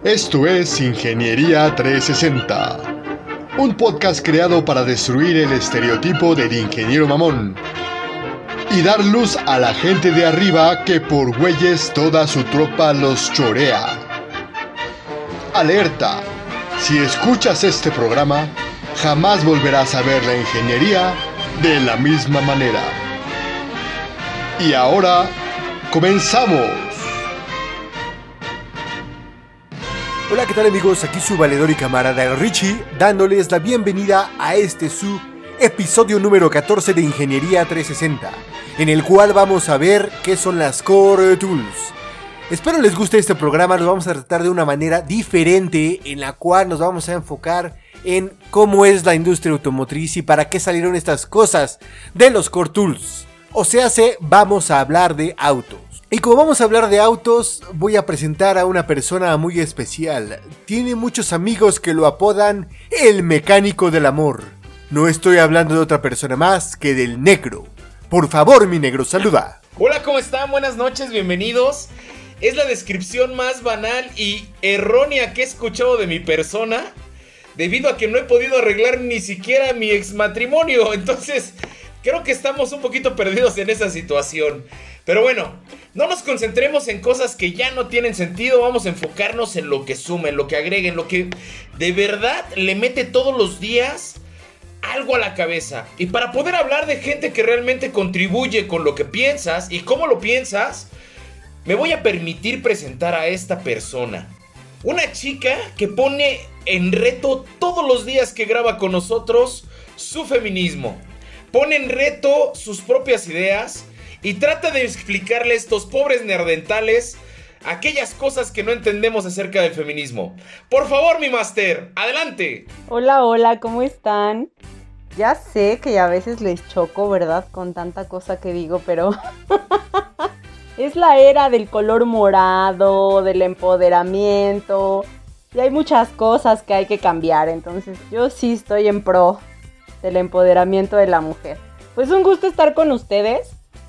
Esto es Ingeniería 360, un podcast creado para destruir el estereotipo del ingeniero mamón y dar luz a la gente de arriba que por güeyes toda su tropa los chorea. Alerta: si escuchas este programa, jamás volverás a ver la ingeniería de la misma manera. Y ahora, ¡comenzamos! Hola, ¿qué tal amigos? Aquí su valedor y camarada Richie, dándoles la bienvenida a su episodio número 14 de Ingeniería 360, en el cual vamos a ver qué son las Core Tools. Espero les guste este programa. Lo vamos a tratar de una manera diferente, en la cual nos vamos a enfocar en cómo es la industria automotriz y para qué salieron estas cosas de los Core Tools. O sea, vamos a hablar de autos. Y como vamos a hablar de autos, voy a presentar a una persona muy especial. Tiene muchos amigos que lo apodan el mecánico del amor. No estoy hablando de otra persona más que del negro. Por favor, mi negro, saluda. Hola, ¿cómo están? Buenas noches, bienvenidos. Es la descripción más banal y errónea que he escuchado de mi persona, debido a que no he podido arreglar ni siquiera mi exmatrimonio. Entonces, creo que estamos un poquito perdidos en esa situación. Pero bueno, no nos concentremos en cosas que ya no tienen sentido. Vamos a enfocarnos en lo que suma, en lo que agrega, en lo que de verdad le mete todos los días algo a la cabeza. Y para poder hablar de gente que realmente contribuye con lo que piensas y cómo lo piensas, me voy a permitir presentar a esta persona. Una chica que pone en reto todos los días que graba con nosotros su feminismo. Pone en reto sus propias ideas y trata de explicarle a estos pobres neandertales aquellas cosas que no entendemos acerca del feminismo. Por favor, mi máster, adelante. Hola, ¿cómo están? Ya sé que a veces les choco, ¿verdad? Con tanta cosa que digo, pero es la era del color morado, del empoderamiento, y hay muchas cosas que hay que cambiar. Entonces yo sí estoy en pro del empoderamiento de la mujer. Pues un gusto estar con ustedes.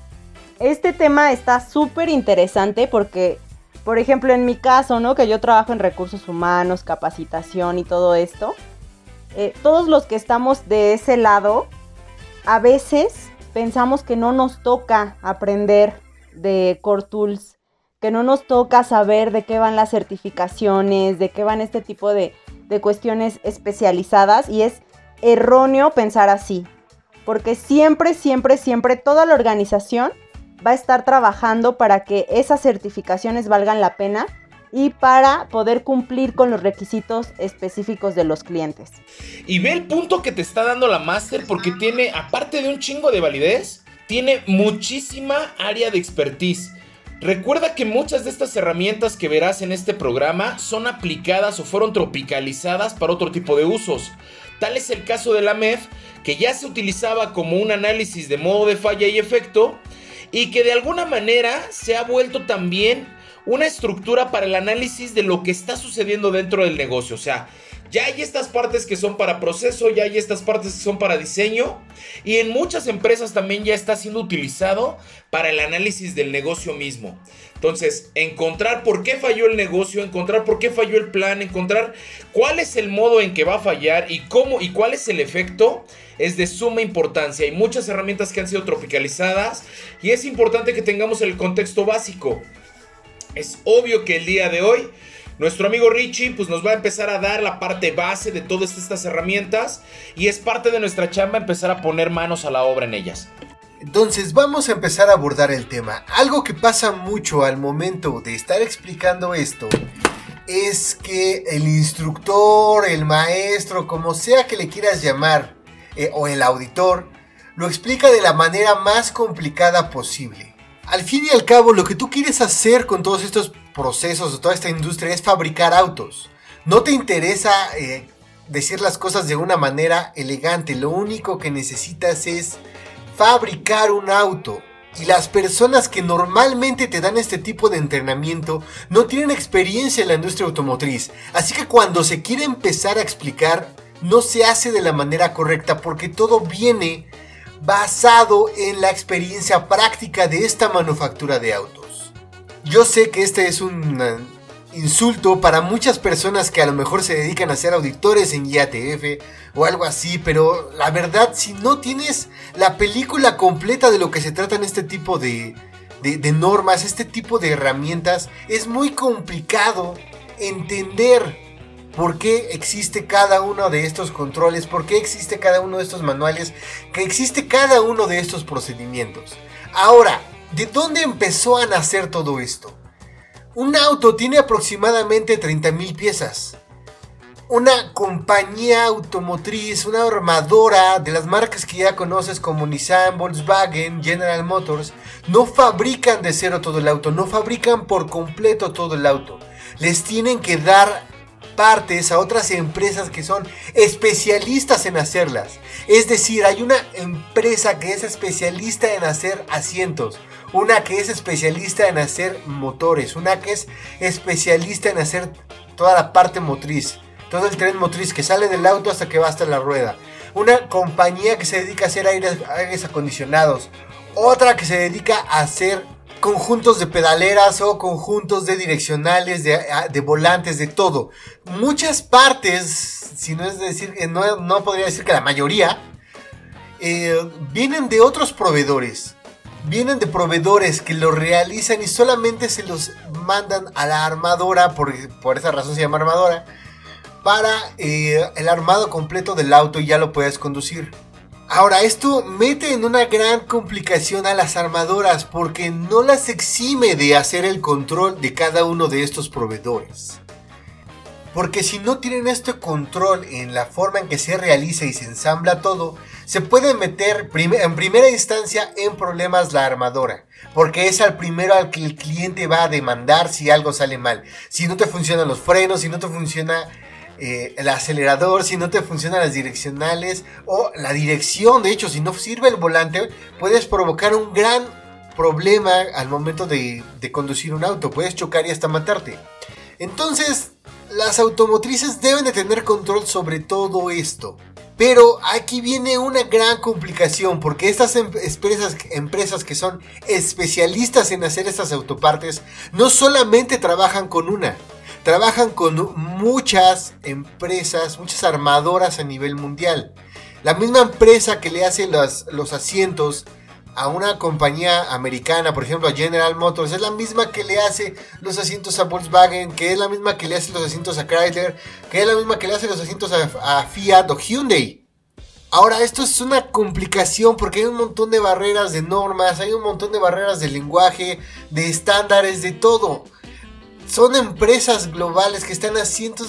Este tema está súper interesante porque, por ejemplo, en mi caso, ¿no? Que yo trabajo en recursos humanos, capacitación y todo esto. Todos los que estamos de ese lado, a veces pensamos que no nos toca aprender de Core Tools, que no nos toca saber de qué van las certificaciones, de qué van este tipo de cuestiones especializadas, y es erróneo pensar así, porque siempre toda la organización va a estar trabajando para que esas certificaciones valgan la pena y para poder cumplir con los requisitos específicos de los clientes. Y ve el punto que te está dando la máster, porque tiene, aparte de un chingo de validez, tiene muchísima área de expertise. Recuerda que muchas de estas herramientas que verás en este programa son aplicadas o fueron tropicalizadas para otro tipo de usos. Tal es el caso de la MEF, que ya se utilizaba como un análisis de modo de falla y efecto, y que de alguna manera se ha vuelto también una estructura para el análisis de lo que está sucediendo dentro del negocio. O sea, ya hay estas partes que son para proceso, ya hay estas partes que son para diseño, y en muchas empresas también ya está siendo utilizado para el análisis del negocio mismo. Entonces, encontrar por qué falló el negocio, encontrar por qué falló el plan, encontrar cuál es el modo en que va a fallar y cómo y cuál es el efecto, es de suma importancia. Hay muchas herramientas que han sido tropicalizadas y es importante que tengamos el contexto básico. Es obvio que el día de hoy nuestro amigo Richie pues nos va a empezar a dar la parte base de todas estas herramientas, y es parte de nuestra chamba empezar a poner manos a la obra en ellas. Entonces vamos a empezar a abordar el tema. Algo que pasa mucho al momento de estar explicando esto es que el instructor, el maestro, como sea que le quieras llamar, o el auditor, lo explica de la manera más complicada posible. Al fin y al cabo, lo que tú quieres hacer con todos estos procesos o toda esta industria es fabricar autos. No te interesa decir las cosas de una manera elegante. Lo único que necesitas es fabricar un auto. Y las personas que normalmente te dan este tipo de entrenamiento no tienen experiencia en la industria automotriz. Así que cuando se quiere empezar a explicar, no se hace de la manera correcta, porque todo viene basado en la experiencia práctica de esta manufactura de autos. Yo sé que este es un insulto para muchas personas que a lo mejor se dedican a ser auditores en IATF o algo así, pero la verdad, si no tienes la película completa de lo que se trata en este tipo de normas, este tipo de herramientas, es muy complicado entender por qué existe cada uno de estos controles, por qué existe cada uno de estos manuales, que existe cada uno de estos procedimientos. Ahora, ¿de dónde empezó a nacer todo esto? Un auto tiene aproximadamente 30,000 piezas. Una compañía automotriz, una armadora de las marcas que ya conoces como Nissan, Volkswagen, General Motors, no fabrican de cero todo el auto, no fabrican por completo todo el auto. Les tienen que dar partes a otras empresas que son especialistas en hacerlas. Es decir, hay una empresa que es especialista en hacer asientos, una que es especialista en hacer motores, una que es especialista en hacer toda la parte motriz, todo el tren motriz que sale del auto hasta que va hasta la rueda. Una compañía que se dedica a hacer aires acondicionados, otra que se dedica a hacer conjuntos de pedaleras o conjuntos de direccionales, de volantes, de todo. Muchas partes, si no es decir, no podría decir que la mayoría, vienen de otros proveedores. Vienen de proveedores que lo realizan y solamente se los mandan a la armadora, por esa razón se llama armadora, para el armado completo del auto y ya lo puedes conducir. Ahora, esto mete en una gran complicación a las armadoras porque no las exime de hacer el control de cada uno de estos proveedores. Porque si no tienen este control en la forma en que se realiza y se ensambla todo, se puede meter en primera instancia en problemas la armadora. Porque es al primero al que el cliente va a demandar si algo sale mal. Si no te funcionan los frenos, si no te funciona el acelerador, si no te funcionan las direccionales o la dirección. De hecho, si no sirve el volante, puedes provocar un gran problema al momento de conducir un auto. Puedes chocar y hasta matarte. Entonces, las automotrices deben de tener control sobre todo esto. Pero aquí viene una gran complicación porque estas empresas que son especialistas en hacer estas autopartes no solamente trabajan con una, trabajan con muchas empresas, muchas armadoras a nivel mundial. La misma empresa que le hace los asientos a una compañía americana, por ejemplo a General Motors, es la misma que le hace los asientos a Volkswagen, que es la misma que le hace los asientos a Chrysler, que es la misma que le hace los asientos a Fiat o Hyundai. Ahora, esto es una complicación porque hay un montón de barreras de normas, hay un montón de barreras de lenguaje, de estándares, de todo. Son empresas globales que están a cientos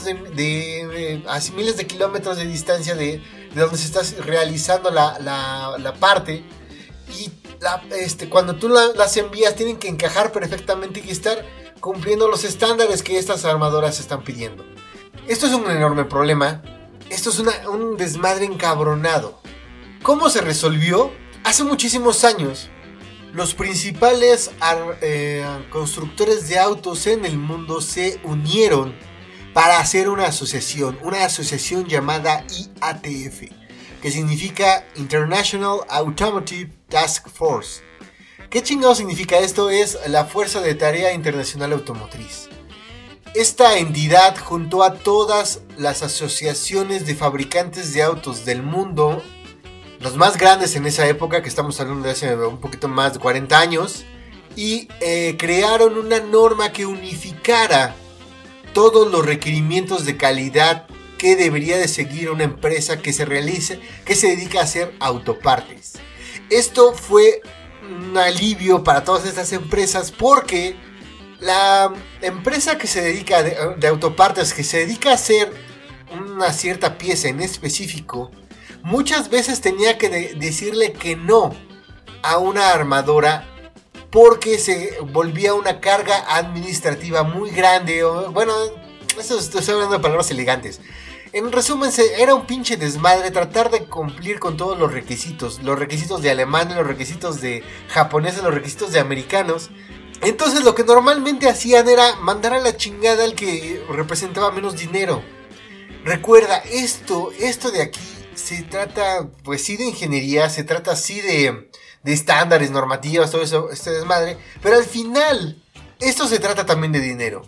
a miles de kilómetros de distancia de donde se está realizando la parte. Y cuando tú las envías tienen que encajar perfectamente y estar cumpliendo los estándares que estas armadoras están pidiendo. Esto es un enorme problema. Esto es un desmadre encabronado. ¿Cómo se resolvió? Hace muchísimos años, los principales constructores de autos en el mundo se unieron para hacer una asociación llamada IATF, que significa International Automotive Task Force. ¿Qué chingado significa esto? Es la Fuerza de Tarea Internacional Automotriz. Esta entidad juntó a todas las asociaciones de fabricantes de autos del mundo, los más grandes en esa época, que estamos hablando de hace un poquito más de 40 años, y crearon una norma que unificara todos los requerimientos de calidad que debería de seguir una empresa que se dedica a hacer autopartes. Esto fue un alivio para todas estas empresas porque la empresa que se dedica de autopartes, que se dedica a hacer una cierta pieza en específico, muchas veces tenía que decirle que no a una armadora porque se volvía una carga administrativa muy grande. Bueno, eso estoy hablando de palabras elegantes. En resumen, era un pinche desmadre tratar de cumplir con todos los requisitos de alemanes, los requisitos de japoneses, los requisitos de americanos. Entonces lo que normalmente hacían era mandar a la chingada al que representaba menos dinero. Recuerda, esto de aquí se trata pues sí de ingeniería, se trata sí de estándares, normativas, todo eso, este desmadre. Pero al final, esto se trata también de dinero.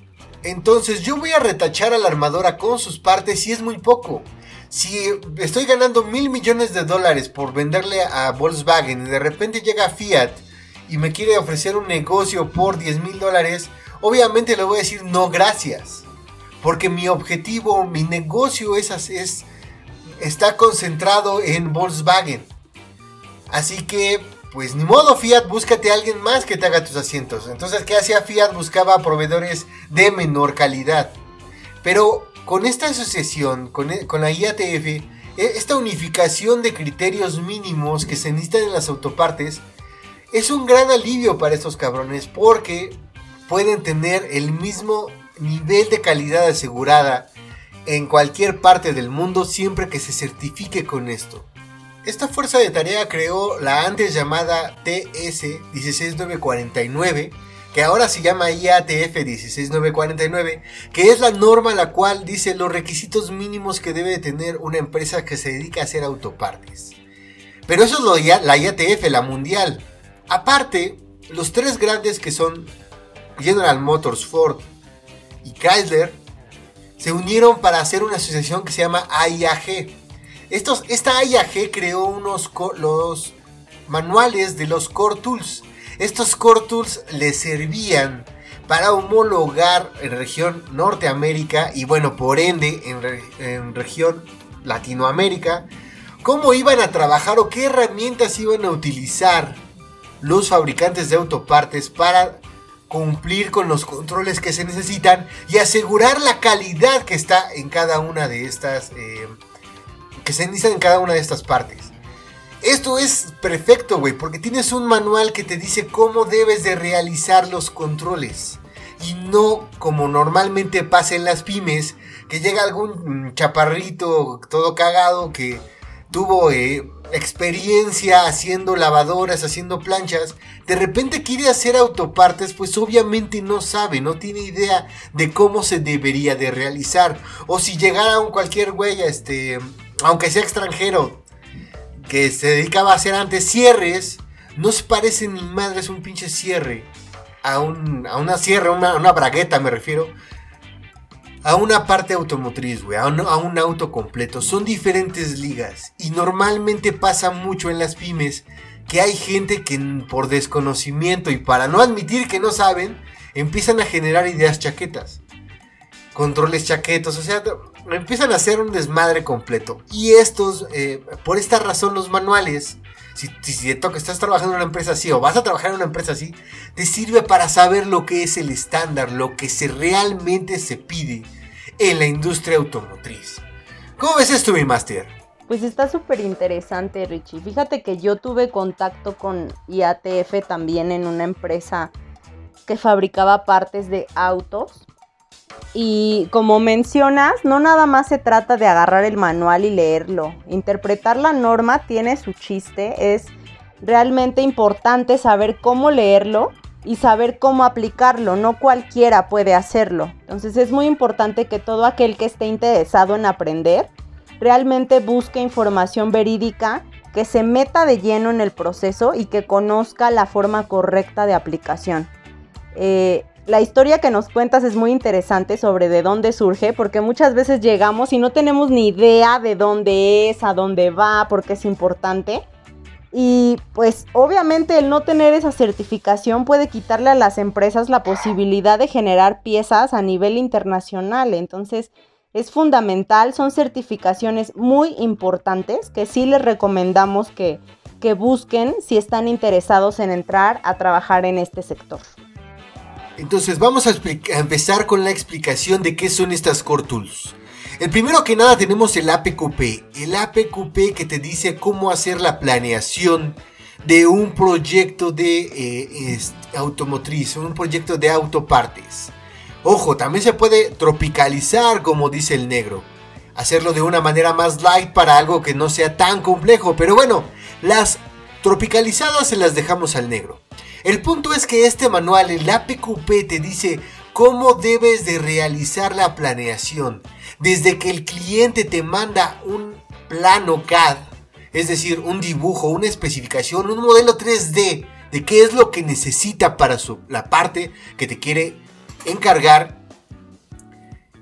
Entonces yo voy a retachar a la armadora con sus partes y es muy poco. Si estoy ganando $1,000 millones por venderle a Volkswagen y de repente llega Fiat y me quiere ofrecer un negocio por $10,000, obviamente le voy a decir no gracias. Porque mi objetivo, mi negocio está concentrado en Volkswagen. Así que, pues ni modo, Fiat, búscate a alguien más que te haga tus asientos. Entonces, ¿qué hacía Fiat? Buscaba proveedores de menor calidad. Pero con esta asociación, con la IATF, esta unificación de criterios mínimos que se necesitan en las autopartes, es un gran alivio para estos cabrones porque pueden tener el mismo nivel de calidad asegurada en cualquier parte del mundo siempre que se certifique con esto. Esta fuerza de tarea creó la antes llamada TS 16949, que ahora se llama IATF 16949, que es la norma la cual dice los requisitos mínimos que debe tener una empresa que se dedica a hacer autopartes. Pero eso es la IATF, la mundial. Aparte, los tres grandes que son General Motors, Ford y Chrysler se unieron para hacer una asociación que se llama AIAG. Esta AIAG creó los manuales de los Core Tools. Estos Core Tools les servían para homologar en región Norteamérica y bueno, por ende en región Latinoamérica, cómo iban a trabajar o qué herramientas iban a utilizar los fabricantes de autopartes para cumplir con los controles que se necesitan y asegurar la calidad que está en cada una de estas que se necesitan en cada una de estas partes. Esto es perfecto, güey, porque tienes un manual que te dice cómo debes de realizar los controles y no como normalmente pasa en las pymes, que llega algún chaparrito todo cagado que tuvo experiencia haciendo lavadoras, haciendo planchas, de repente quiere hacer autopartes, pues obviamente no sabe, no tiene idea de cómo se debería de realizar. O si llegara cualquier güey, aunque sea extranjero, que se dedicaba a hacer antes cierres, no se parece ni madres un pinche cierre a una sierra, una bragueta me refiero, a una parte automotriz, güey, a un auto completo. Son diferentes ligas y normalmente pasa mucho en las pymes que hay gente que por desconocimiento y para no admitir que no saben, empiezan a generar ideas chaquetas, controles chaquetos, o sea, empiezan a hacer un desmadre completo. Y estos, por esta razón los manuales, si te toca, estás trabajando en una empresa así o vas a trabajar en una empresa así, te sirve para saber lo que es el estándar, lo que realmente se pide en la industria automotriz. ¿Cómo ves esto, mi máster? Pues está súper interesante, Richie. Fíjate que yo tuve contacto con IATF también en una empresa que fabricaba partes de autos. Y como mencionas, no nada más se trata de agarrar el manual y leerlo. Interpretar la norma tiene su chiste. Es realmente importante saber cómo leerlo y saber cómo aplicarlo. No cualquiera puede hacerlo. Entonces es muy importante que todo aquel que esté interesado en aprender realmente busque información verídica, que se meta de lleno en el proceso y que conozca la forma correcta de aplicación. La historia que nos cuentas es muy interesante sobre de dónde surge, porque muchas veces llegamos y no tenemos ni idea de dónde es, a dónde va, por qué es importante. Y pues obviamente el no tener esa certificación puede quitarle a las empresas la posibilidad de generar piezas a nivel internacional. Entonces es fundamental, son certificaciones muy importantes que sí les recomendamos que busquen si están interesados en entrar a trabajar en este sector. Entonces vamos a empezar con la explicación de qué son estas Core Tools. El primero que nada tenemos el APQP. El APQP que te dice cómo hacer la planeación de un proyecto de automotriz, un proyecto de autopartes. Ojo, también se puede tropicalizar, como dice el negro. Hacerlo de una manera más light para algo que no sea tan complejo. Pero bueno, las tropicalizadas se las dejamos al negro. El punto es que este manual, el APQP, te dice cómo debes de realizar la planeación. Desde que el cliente te manda un plano CAD, es decir, un dibujo, una especificación, un modelo 3D de qué es lo que necesita para la parte que te quiere encargar,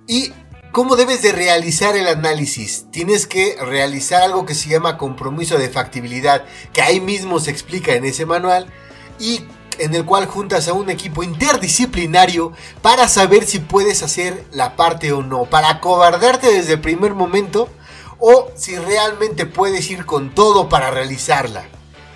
¿Y cómo debes de realizar el análisis? Tienes que realizar algo que se llama compromiso de factibilidad, que ahí mismo se explica en ese manual, y en el cual juntas a un equipo interdisciplinario para saber si puedes hacer la parte o no, para acobardarte desde el primer momento o si realmente puedes ir con todo para realizarla.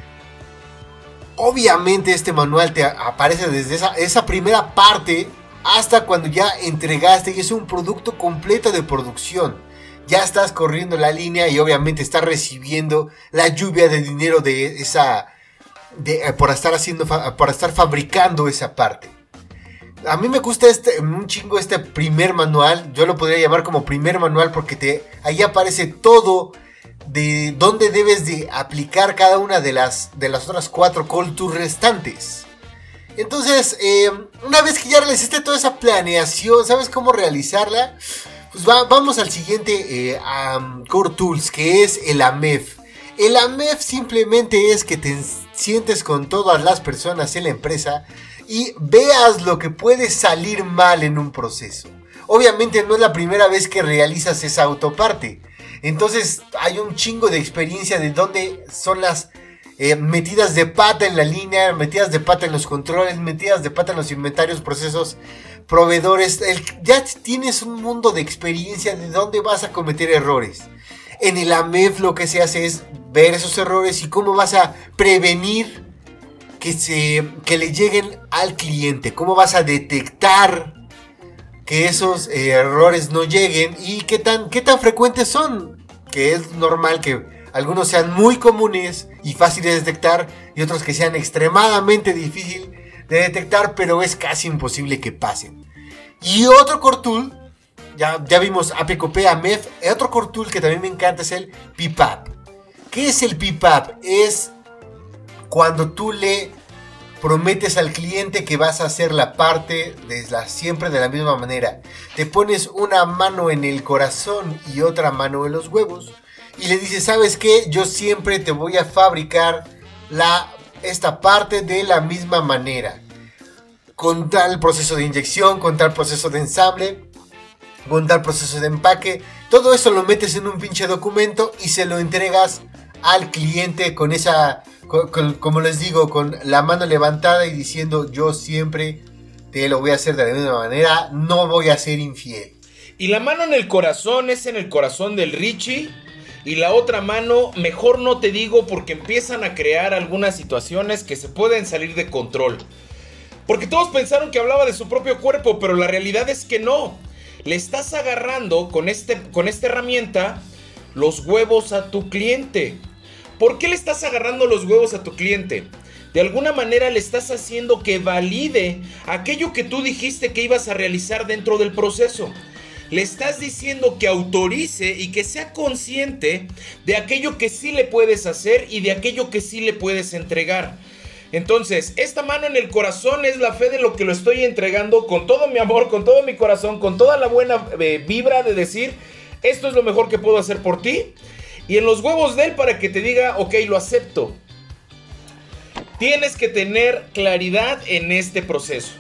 Obviamente este manual te aparece desde esa primera parte hasta cuando ya entregaste y es un producto completo de producción. Ya estás corriendo la línea y obviamente estás recibiendo la lluvia de dinero de por estar fabricando esa parte. A mí me gusta un chingo este primer manual. Yo lo podría llamar como primer manual porque ahí aparece todo de dónde debes de aplicar cada una de las otras 4 call to restantes. Entonces, una vez que ya realizaste toda esa planeación, sabes cómo realizarla, pues vamos al siguiente Core Tools, que es el AMEF. El AMEF simplemente es que te sientes con todas las personas en la empresa y veas lo que puede salir mal en un proceso. Obviamente no es la primera vez que realizas esa autoparte. Entonces hay un chingo de experiencia de dónde son las metidas de pata en la línea, metidas de pata en los controles, metidas de pata en los inventarios, procesos, proveedores. Ya tienes un mundo de experiencia de dónde vas a cometer errores. En el AMEF lo que se hace es ver esos errores y cómo vas a prevenir que le lleguen al cliente. Cómo vas a detectar que esos errores no lleguen y qué tan frecuentes son. Que es normal que algunos sean muy comunes y fáciles de detectar y otros que sean extremadamente difíciles de detectar, pero es casi imposible que pasen. Y otro core tool, ya vimos APCOP, AMEF, otro core tool que también me encanta es el PPAP. ¿Qué es el PPAP? Es cuando tú le prometes al cliente que vas a hacer la parte siempre de la misma manera. Te pones una mano en el corazón y otra mano en los huevos y le dices, ¿sabes qué? Yo siempre te voy a fabricar esta parte de la misma manera. Con tal proceso de inyección, con tal proceso de ensamble, con tal proceso de empaque. Todo eso lo metes en un pinche documento y se lo entregas al cliente con esa, como les digo, con la mano levantada y diciendo, yo siempre te lo voy a hacer de la misma manera, no voy a ser infiel. Y la mano en el corazón es en el corazón del Richie. Y la otra mano, mejor no te digo, porque empiezan a crear algunas situaciones que se pueden salir de control. Porque todos pensaron que hablaba de su propio cuerpo, pero la realidad es que no. Le estás agarrando con esta herramienta los huevos a tu cliente. ¿Por qué le estás agarrando los huevos a tu cliente? De alguna manera le estás haciendo que valide aquello que tú dijiste que ibas a realizar dentro del proceso. Le estás diciendo que autorice y que sea consciente de aquello que sí le puedes hacer y de aquello que sí le puedes entregar. Entonces, esta mano en el corazón es la fe de lo que lo estoy entregando con todo mi amor, con todo mi corazón, con toda la buena vibra de decir, esto es lo mejor que puedo hacer por ti. Y en los huevos de él para que te diga, ok, lo acepto. Tienes que tener claridad en este proceso.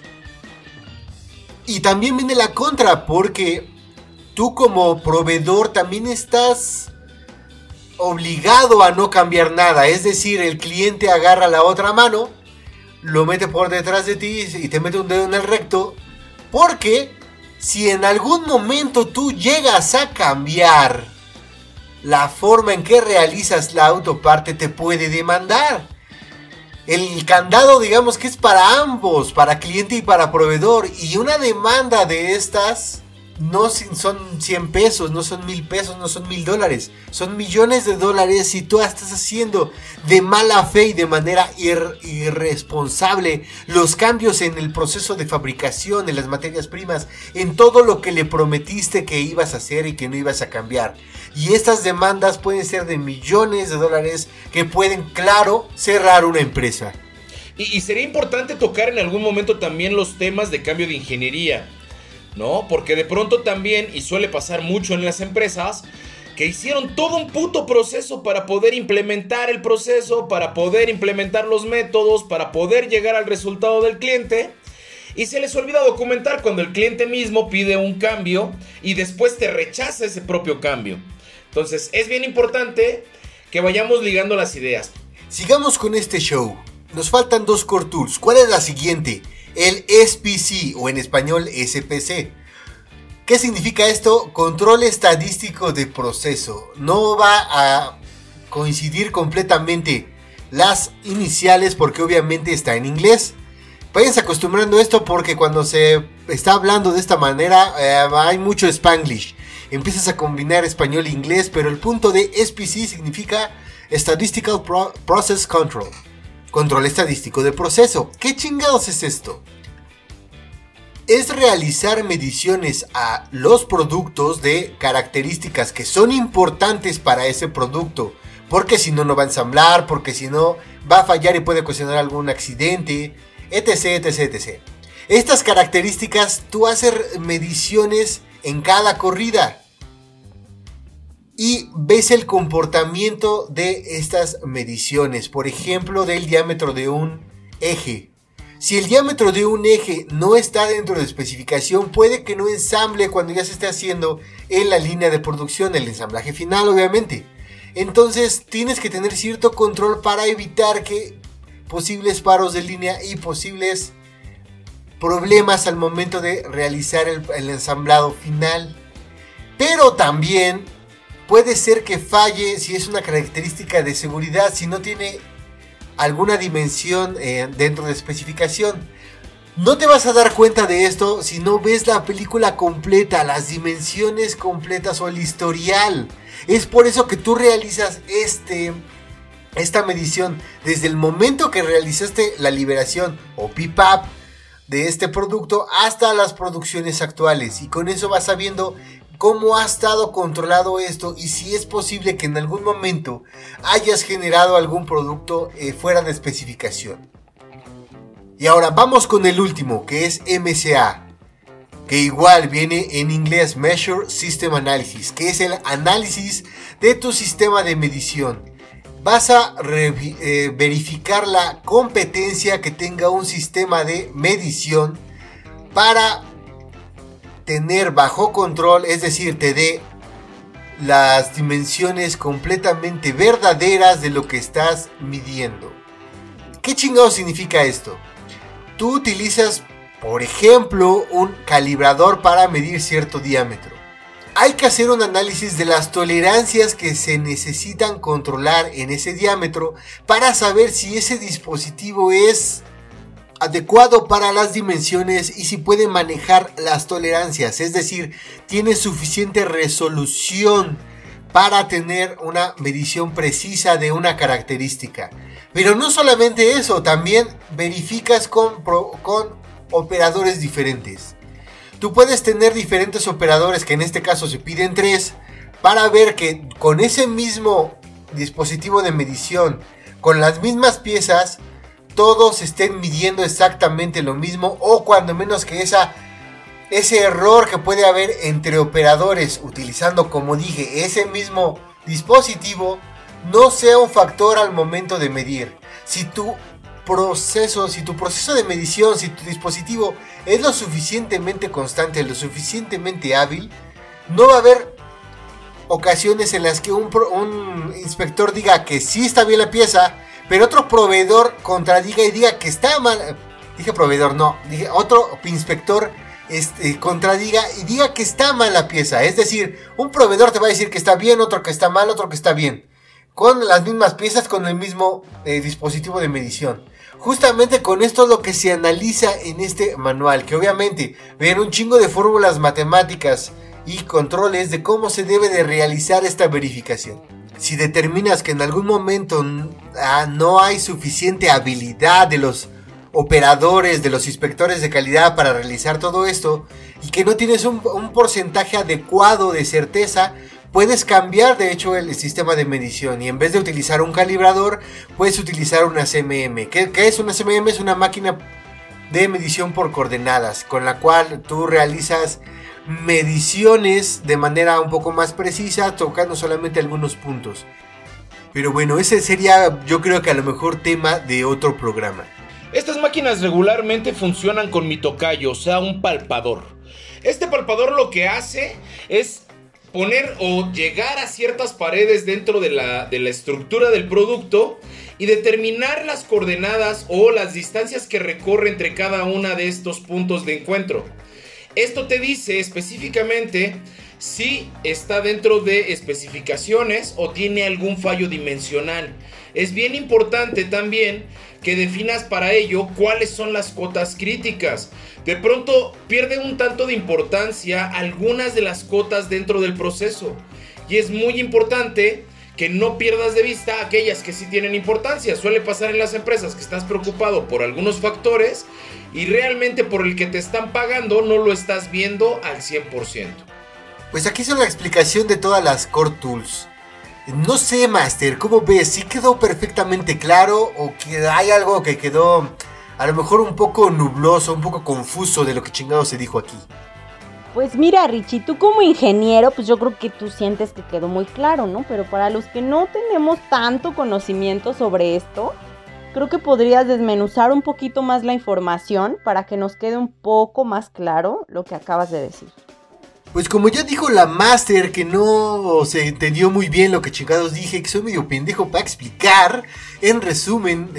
Y también viene la contra, porque tú como proveedor también estás obligado a no cambiar nada. Es decir, el cliente agarra la otra mano, lo mete por detrás de ti y te mete un dedo en el recto, porque si en algún momento tú llegas a cambiar la forma en que realizas la autoparte, te puede demandar. El candado, digamos que es para ambos, para cliente y para proveedor, y una demanda de estas no son 100 pesos, no son 1000 pesos, no son $1000, son millones de dólares si tú estás haciendo de mala fe y de manera irresponsable los cambios en el proceso de fabricación, en las materias primas, en todo lo que le prometiste que ibas a hacer y que no ibas a cambiar. Y estas demandas pueden ser de millones de dólares que pueden, claro, cerrar una empresa. Y sería importante tocar en algún momento también los temas de cambio de ingeniería, ¿no? Porque de pronto también, y suele pasar mucho en las empresas, que hicieron todo un puto proceso para poder implementar el proceso, para poder implementar los métodos, para poder llegar al resultado del cliente. Y se les olvida documentar cuando el cliente mismo pide un cambio y después te rechaza ese propio cambio. Entonces es bien importante que vayamos ligando las ideas. Sigamos con este show. Nos faltan 2 core tools. ¿Cuál es la siguiente? El SPC o en español SPC. ¿Qué significa esto? Control estadístico de proceso. No va a coincidir completamente las iniciales porque obviamente está en inglés. Váyanse acostumbrando a esto porque cuando se está hablando de esta manera hay mucho Spanglish. Empiezas a combinar español e inglés, pero el punto de SPC significa Statistical Process Control. Control estadístico de proceso. ¿Qué chingados es esto? Es realizar mediciones a los productos de características que son importantes para ese producto. Porque si no, no va a ensamblar, porque si no, va a fallar y puede ocasionar algún accidente, etc, etc, etc. Estas características, tú haces mediciones en cada corrida. Y ves el comportamiento de estas mediciones. Por ejemplo, del diámetro de un eje. Si el diámetro de un eje no está dentro de especificación, puede que no ensamble cuando ya se esté haciendo en la línea de producción, el ensamblaje final obviamente. Entonces tienes que tener cierto control para evitar que posibles paros de línea y posibles problemas al momento de realizar el ensamblado final. Pero también puede ser que falle si es una característica de seguridad, si no tiene alguna dimensión dentro de especificación. No te vas a dar cuenta de esto si no ves la película completa, las dimensiones completas o el historial. Es por eso que tú realizas esta medición desde el momento que realizaste la liberación o PPAP de este producto hasta las producciones actuales. Y con eso vas sabiendo cómo ha estado controlado esto y si es posible que en algún momento hayas generado algún producto fuera de especificación. Y ahora vamos con el último, que es MSA, que igual viene en inglés Measure System Analysis, que es el análisis de tu sistema de medición. Vas a verificar la competencia que tenga un sistema de medición para tener bajo control, es decir, te dé las dimensiones completamente verdaderas de lo que estás midiendo. ¿Qué chingado significa esto? Tú utilizas, por ejemplo, un calibrador para medir cierto diámetro. Hay que hacer un análisis de las tolerancias que se necesitan controlar en ese diámetro para saber si ese dispositivo es adecuado para las dimensiones y si puede manejar las tolerancias, es decir, tiene suficiente resolución para tener una medición precisa de una característica. Pero no solamente eso, también verificas con operadores diferentes. Tú puedes tener diferentes operadores, que en este caso se piden 3, para ver que con ese mismo dispositivo de medición, con las mismas piezas, todos estén midiendo exactamente lo mismo, o cuando menos que ese error que puede haber entre operadores utilizando, como dije, ese mismo dispositivo no sea un factor al momento de medir. Si tu proceso de medición, si tu dispositivo es lo suficientemente constante, lo suficientemente hábil, no va a haber ocasiones en las que un inspector diga que sí está bien la pieza, pero otro proveedor contradiga y diga que está mal. Dije proveedor, no, dije otro inspector contradiga y diga que está mal la pieza. Es decir, un proveedor te va a decir que está bien, otro que está mal, otro que está bien, con las mismas piezas, con el mismo dispositivo de medición. Justamente con esto es lo que se analiza en este manual, que obviamente ven un chingo de fórmulas matemáticas y controles de cómo se debe de realizar esta verificación. Si determinas que en algún momento no hay suficiente habilidad de los operadores, de los inspectores de calidad para realizar todo esto, y que no tienes un porcentaje adecuado de certeza, puedes cambiar de hecho el sistema de medición, y en vez de utilizar un calibrador, puedes utilizar una CMM. ¿Qué es una CMM? Es una máquina de medición por coordenadas, con la cual tú realizas mediciones de manera un poco más precisa, tocando solamente algunos puntos. Pero bueno, ese sería, yo creo que a lo mejor tema de otro programa. Estas máquinas regularmente funcionan con mi tocayo, o sea, un palpador. Este palpador lo que hace es poner o llegar a ciertas paredes dentro de la estructura del producto y determinar las coordenadas o las distancias que recorre entre cada una de estos puntos de encuentro. Esto te dice específicamente si está dentro de especificaciones o tiene algún fallo dimensional. Es bien importante también que definas para ello cuáles son las cotas críticas. De pronto pierde un tanto de importancia algunas de las cotas dentro del proceso. Y es muy importante que no pierdas de vista aquellas que sí tienen importancia. Suele pasar en las empresas que estás preocupado por algunos factores y realmente por el que te están pagando no lo estás viendo al 100%. Pues aquí es la explicación de todas las Core Tools. No sé, Master, ¿cómo ves? ¿Sí quedó perfectamente claro o que hay algo que quedó a lo mejor un poco nubloso, un poco confuso de lo que chingado se dijo aquí? Pues mira, Richie, tú como ingeniero, pues yo creo que tú sientes que quedó muy claro, ¿no? Pero para los que no tenemos tanto conocimiento sobre esto, creo que podrías desmenuzar un poquito más la información para que nos quede un poco más claro lo que acabas de decir. Pues como ya dijo la Master que no se entendió muy bien lo que chingados dije, que soy medio pendejo para explicar, en resumen,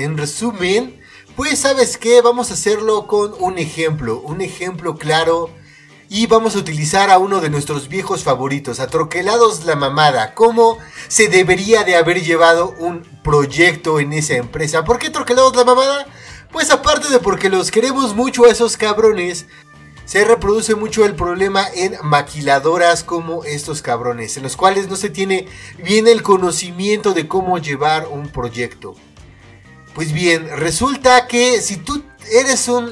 pues ¿sabes qué? Vamos a hacerlo con un ejemplo claro, y vamos a utilizar a uno de nuestros viejos favoritos, a Troquelados la Mamada. ¿Cómo se debería de haber llevado un proyecto en esa empresa? ¿Por qué Troquelados la Mamada? Pues aparte de porque los queremos mucho a esos cabrones, se reproduce mucho el problema en maquiladoras como estos cabrones, en los cuales no se tiene bien el conocimiento de cómo llevar un proyecto. Pues bien, resulta que si tú eres un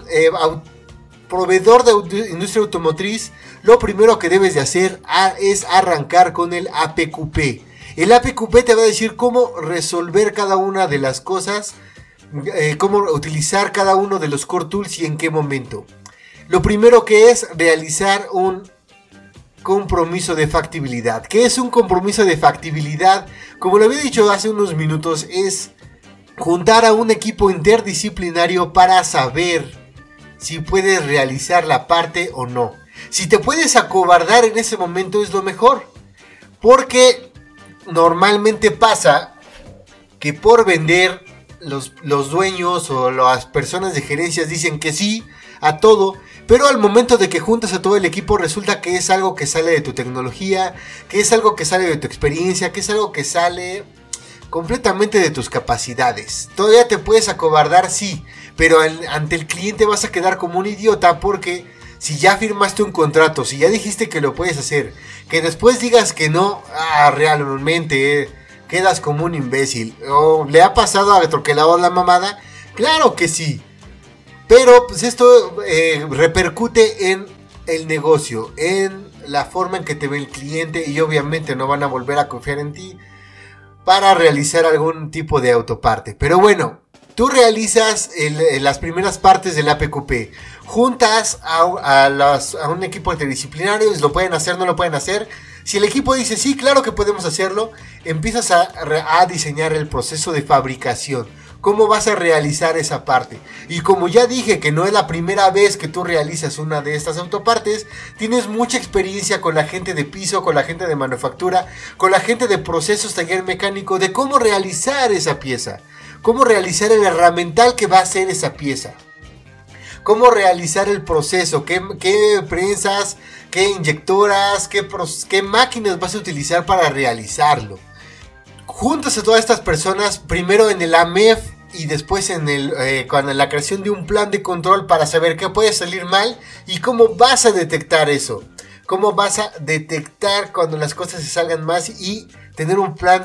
proveedor de industria automotriz, lo primero que debes de hacer es arrancar con el APQP. El APQP te va a decir cómo resolver cada una de las cosas, cómo utilizar cada uno de los Core Tools y en qué momento. Lo primero que es realizar un compromiso de factibilidad. ¿Qué es un compromiso de factibilidad? Como lo había dicho hace unos minutos, es juntar a un equipo interdisciplinario para saber si puedes realizar la parte o no. Si te puedes acobardar en ese momento es lo mejor. Porque normalmente pasa que por vender los dueños o las personas de gerencias dicen que sí a todo, pero al momento de que juntas a todo el equipo resulta que es algo que sale de tu tecnología, que es algo que sale de tu experiencia, que es algo que sale completamente de tus capacidades. Todavía te puedes acobardar, sí, pero ante el cliente vas a quedar como un idiota, porque si ya firmaste un contrato, si ya dijiste que lo puedes hacer, que después digas que no, realmente quedas como un imbécil. ¿O le ha pasado a Troquelados la Mamada? Claro que sí. Pero pues esto repercute en el negocio, en la forma en que te ve el cliente, y obviamente no van a volver a confiar en ti para realizar algún tipo de autoparte. Pero bueno, tú realizas las primeras partes del APQP, juntas a un equipo interdisciplinario, lo pueden hacer, no lo pueden hacer. Si el equipo dice sí, claro que podemos hacerlo, empiezas a diseñar el proceso de fabricación. ¿Cómo vas a realizar esa parte? Y como ya dije que no es la primera vez que tú realizas una de estas autopartes, tienes mucha experiencia con la gente de piso, con la gente de manufactura, con la gente de procesos, taller mecánico, de cómo realizar esa pieza, cómo realizar el herramental que va a hacer esa pieza, cómo realizar el proceso, qué prensas, qué inyectoras, qué máquinas vas a utilizar para realizarlo. Juntas a todas estas personas, primero en el AMEF y después en la creación de un plan de control para saber qué puede salir mal y cómo vas a detectar eso. Cómo vas a detectar cuando las cosas se salgan más y tener un plan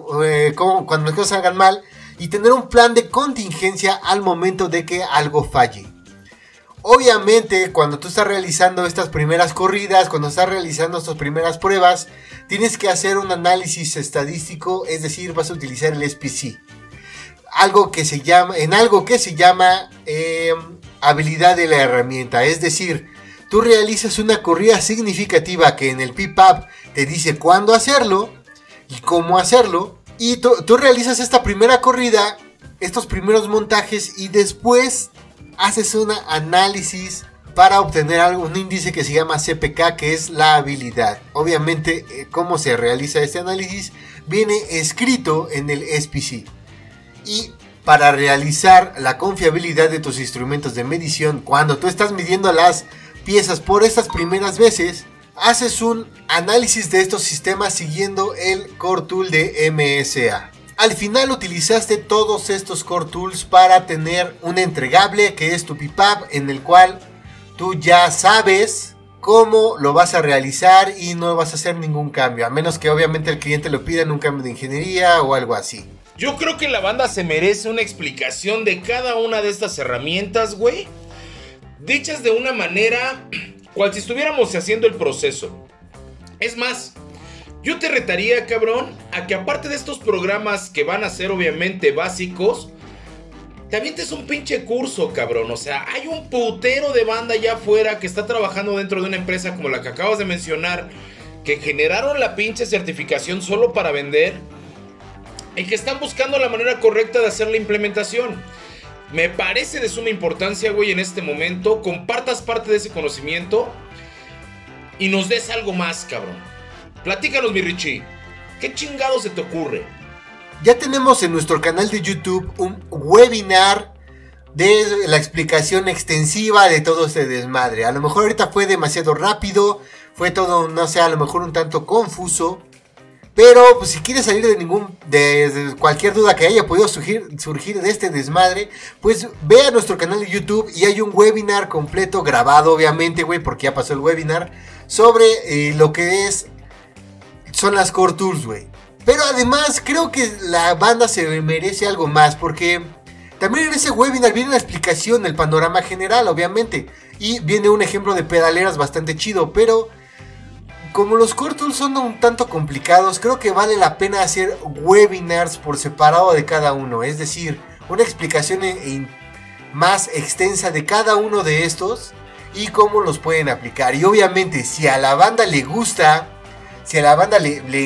cuando las cosas salgan mal y tener un plan de contingencia al momento de que algo falle. Obviamente, cuando tú estás realizando estas primeras corridas, cuando estás realizando estas primeras pruebas, tienes que hacer un análisis estadístico, es decir, vas a utilizar el SPC. Algo que se llama habilidad de la herramienta, es decir, tú realizas una corrida significativa que en el PPAP te dice cuándo hacerlo y cómo hacerlo, y tú realizas esta primera corrida estos primeros montajes y después haces un análisis para obtener un índice que se llama CPK, que es la habilidad. Obviamente, cómo se realiza este análisis viene escrito en el SPC. Y para realizar la confiabilidad de tus instrumentos de medición, cuando tú estás midiendo las piezas por estas primeras veces, haces un análisis de estos sistemas siguiendo el Core Tool de MSA. Al final utilizaste todos estos Core Tools para tener un entregable que es tu PIPAP, en el cual tú ya sabes cómo lo vas a realizar y no vas a hacer ningún cambio, a menos que obviamente el cliente lo pida en un cambio de ingeniería o algo así. Yo creo que la banda se merece una explicación de cada una de estas herramientas, güey, dichas de una manera cual si estuviéramos haciendo el proceso. Es más, yo te retaría, cabrón, a que aparte de estos programas que van a ser obviamente básicos, te avientes un pinche curso, cabrón. O sea, hay un putero de banda allá afuera que está trabajando dentro de una empresa como la que acabas de mencionar, que generaron la pinche certificación solo para vender y que están buscando la manera correcta de hacer la implementación. Me parece de suma importancia, güey, en este momento compartas parte de ese conocimiento y nos des algo más, cabrón. Platícanos, mi Richie, ¿qué chingado se te ocurre? Ya tenemos en nuestro canal de YouTube un webinar de la explicación extensiva de todo este desmadre. A lo mejor ahorita fue demasiado rápido, fue todo, no sé, a lo mejor un tanto confuso. Pero pues si quieres salir de cualquier duda que haya podido surgir de este desmadre, pues ve a nuestro canal de YouTube y hay un webinar completo grabado, obviamente, güey, porque ya pasó el webinar, sobre lo que son las Core Tools, güey. Pero además creo que la banda se merece algo más, porque también en ese webinar viene una explicación del panorama general, obviamente, y viene un ejemplo de pedaleras bastante chido, pero como los Core Tools son un tanto complicados, creo que vale la pena hacer webinars por separado de cada uno, es decir, una explicación más extensa de cada uno de estos y cómo los pueden aplicar. Y obviamente si a la banda le gusta, si a la banda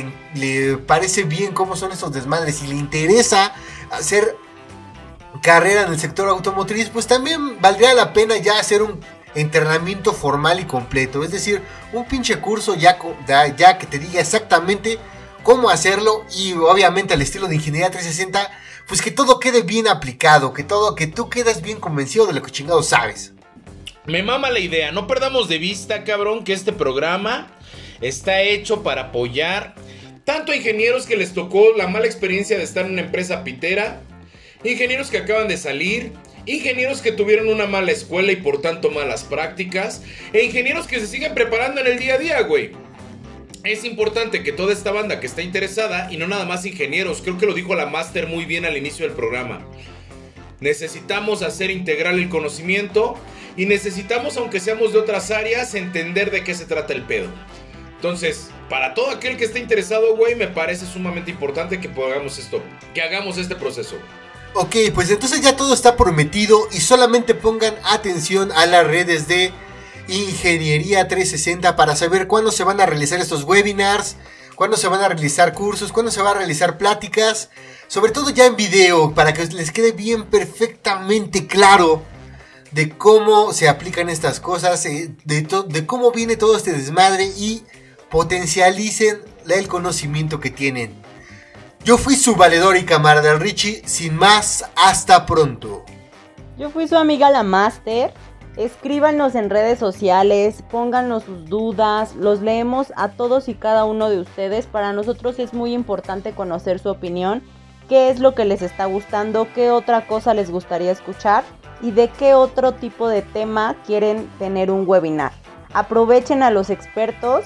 le parece bien cómo son estos desmadres, si le interesa hacer carrera en el sector automotriz, pues también valdría la pena ya hacer un entrenamiento formal y completo, es decir, un pinche curso ya que te diga exactamente cómo hacerlo y obviamente al estilo de Ingeniería 360, pues que todo quede bien aplicado, que tú quedas bien convencido de lo que chingado sabes. Me mama la idea, no perdamos de vista, cabrón, que este programa está hecho para apoyar tanto a ingenieros que les tocó la mala experiencia de estar en una empresa pitera, ingenieros que acaban de salir, ingenieros que tuvieron una mala escuela y por tanto malas prácticas, e ingenieros que se siguen preparando en el día a día, güey. Es importante que toda esta banda que está interesada, y no nada más ingenieros, creo que lo dijo la Master muy bien al inicio del programa, necesitamos hacer integral el conocimiento y necesitamos, aunque seamos de otras áreas, entender de qué se trata el pedo. Entonces, para todo aquel que esté interesado, güey, me parece sumamente importante que hagamos este proceso. Ok, pues entonces ya todo está prometido y solamente pongan atención a las redes de Ingeniería 360 para saber cuándo se van a realizar estos webinars, cuándo se van a realizar cursos, cuándo se van a realizar pláticas, sobre todo ya en video, para que les quede bien perfectamente claro de cómo se aplican estas cosas, de cómo viene todo este desmadre y potencialicen el conocimiento que tienen. Yo fui su valedor y camarada Richie, sin más, hasta pronto. Yo fui su amiga la Master. Escríbanos en redes sociales, pónganos sus dudas, los leemos a todos y cada uno de ustedes. Para nosotros es muy importante conocer su opinión, qué es lo que les está gustando, qué otra cosa les gustaría escuchar y de qué otro tipo de tema quieren tener un webinar. Aprovechen a los expertos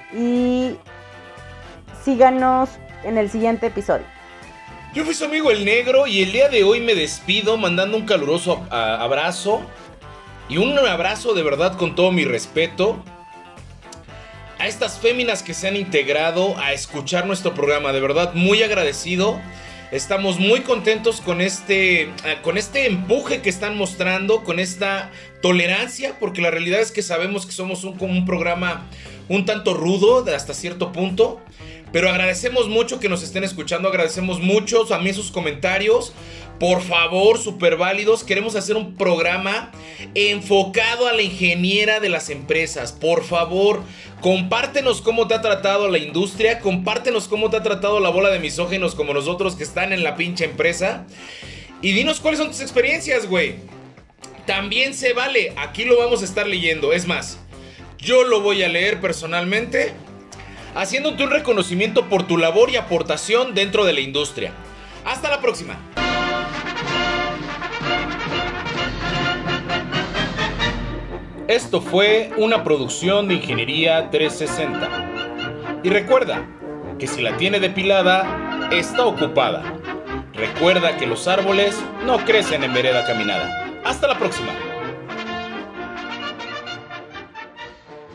y síganos en el siguiente episodio. Yo fui su amigo el Negro y el día de hoy me despido mandando un caluroso abrazo y un abrazo de verdad con todo mi respeto a estas féminas que se han integrado a escuchar nuestro programa. De verdad muy agradecido. Estamos muy contentos con este empuje que están mostrando, con esta tolerancia, porque la realidad es que sabemos que somos un programa un tanto rudo hasta cierto punto. Pero agradecemos mucho que nos estén escuchando, agradecemos mucho también sus comentarios, Por favor, súper válidos, queremos hacer un programa enfocado a la ingeniera de las empresas. Por favor, compártenos cómo te ha tratado la industria, compártenos cómo te ha tratado la bola de misóginos como nosotros que están en la pinche empresa. Y dinos cuáles son tus experiencias, güey. También se vale, aquí lo vamos a estar leyendo. Es más, yo lo voy a leer personalmente, haciéndote un reconocimiento por tu labor y aportación dentro de la industria. Hasta la próxima. Esto fue una producción de Ingeniería 360. Y recuerda que si la tiene depilada, está ocupada. Recuerda que los árboles no crecen en vereda caminada. Hasta la próxima.